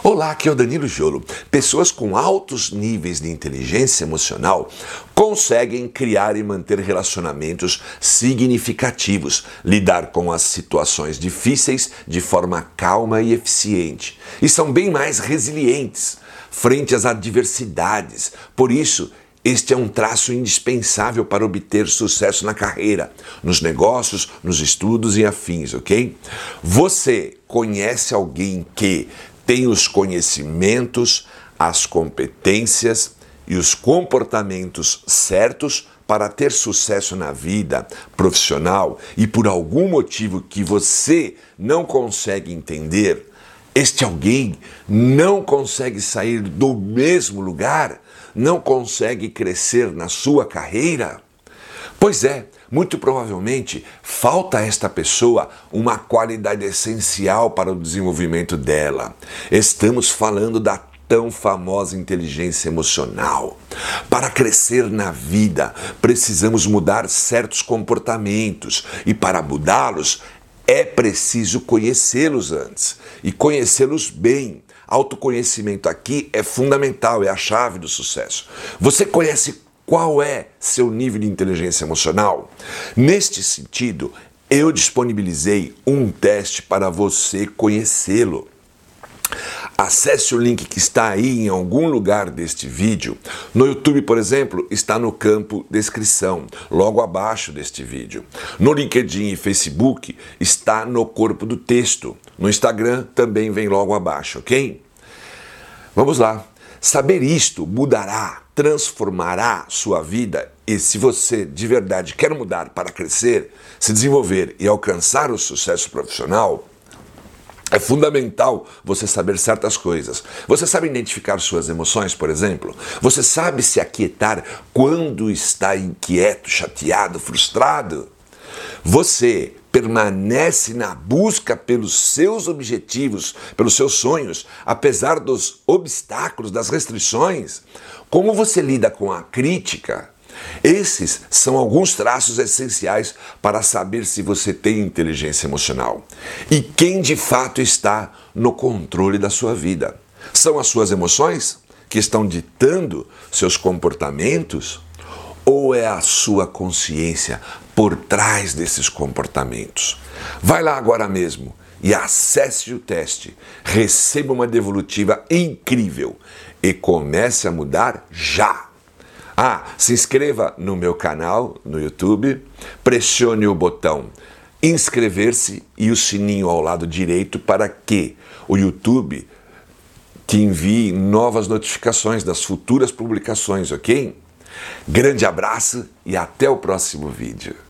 Olá, aqui é o Danilo Jolo. Pessoas com altos níveis de inteligência emocional conseguem criar e manter relacionamentos significativos, lidar com as situações difíceis de forma calma e eficiente, e são bem mais resilientes frente às adversidades. Por isso, este é um traço indispensável para obter sucesso na carreira, nos negócios, nos estudos e afins, ok? Você conhece alguém que tem os conhecimentos, as competências e os comportamentos certos para ter sucesso na vida profissional e por algum motivo que você não consegue entender, este alguém não consegue sair do mesmo lugar, não consegue crescer na sua carreira? Pois é, muito provavelmente falta a esta pessoa uma qualidade essencial para o desenvolvimento dela. Estamos falando da tão famosa inteligência emocional. Para crescer na vida, precisamos mudar certos comportamentos e para mudá-los é preciso conhecê-los antes e conhecê-los bem. Autoconhecimento aqui é fundamental, é a chave do sucesso. Você conhece qual é seu nível de inteligência emocional? Neste sentido, eu disponibilizei um teste para você conhecê-lo. Acesse o link que está aí em algum lugar deste vídeo. No YouTube, por exemplo, está no campo descrição, logo abaixo deste vídeo. No LinkedIn e Facebook está no corpo do texto. No Instagram também vem logo abaixo, ok? Vamos lá. Saber isto mudará, transformará sua vida, e se você de verdade quer mudar para crescer, se desenvolver e alcançar o sucesso profissional, é fundamental você saber certas coisas. Você sabe identificar suas emoções, por exemplo? Você sabe se aquietar quando está inquieto, chateado, frustrado? Você permanece na busca pelos seus objetivos, pelos seus sonhos, apesar dos obstáculos, das restrições? Como você lida com a crítica? Esses são alguns traços essenciais para saber se você tem inteligência emocional e quem de fato está no controle da sua vida. São as suas emoções que estão ditando seus comportamentos? Ou é a sua consciência por trás desses comportamentos? Vai lá agora mesmo e acesse o teste, receba uma devolutiva incrível e comece a mudar já! Se inscreva no meu canal no YouTube, pressione o botão inscrever-se e o sininho ao lado direito para que o YouTube te envie novas notificações das futuras publicações, ok? Grande abraço e até o próximo vídeo.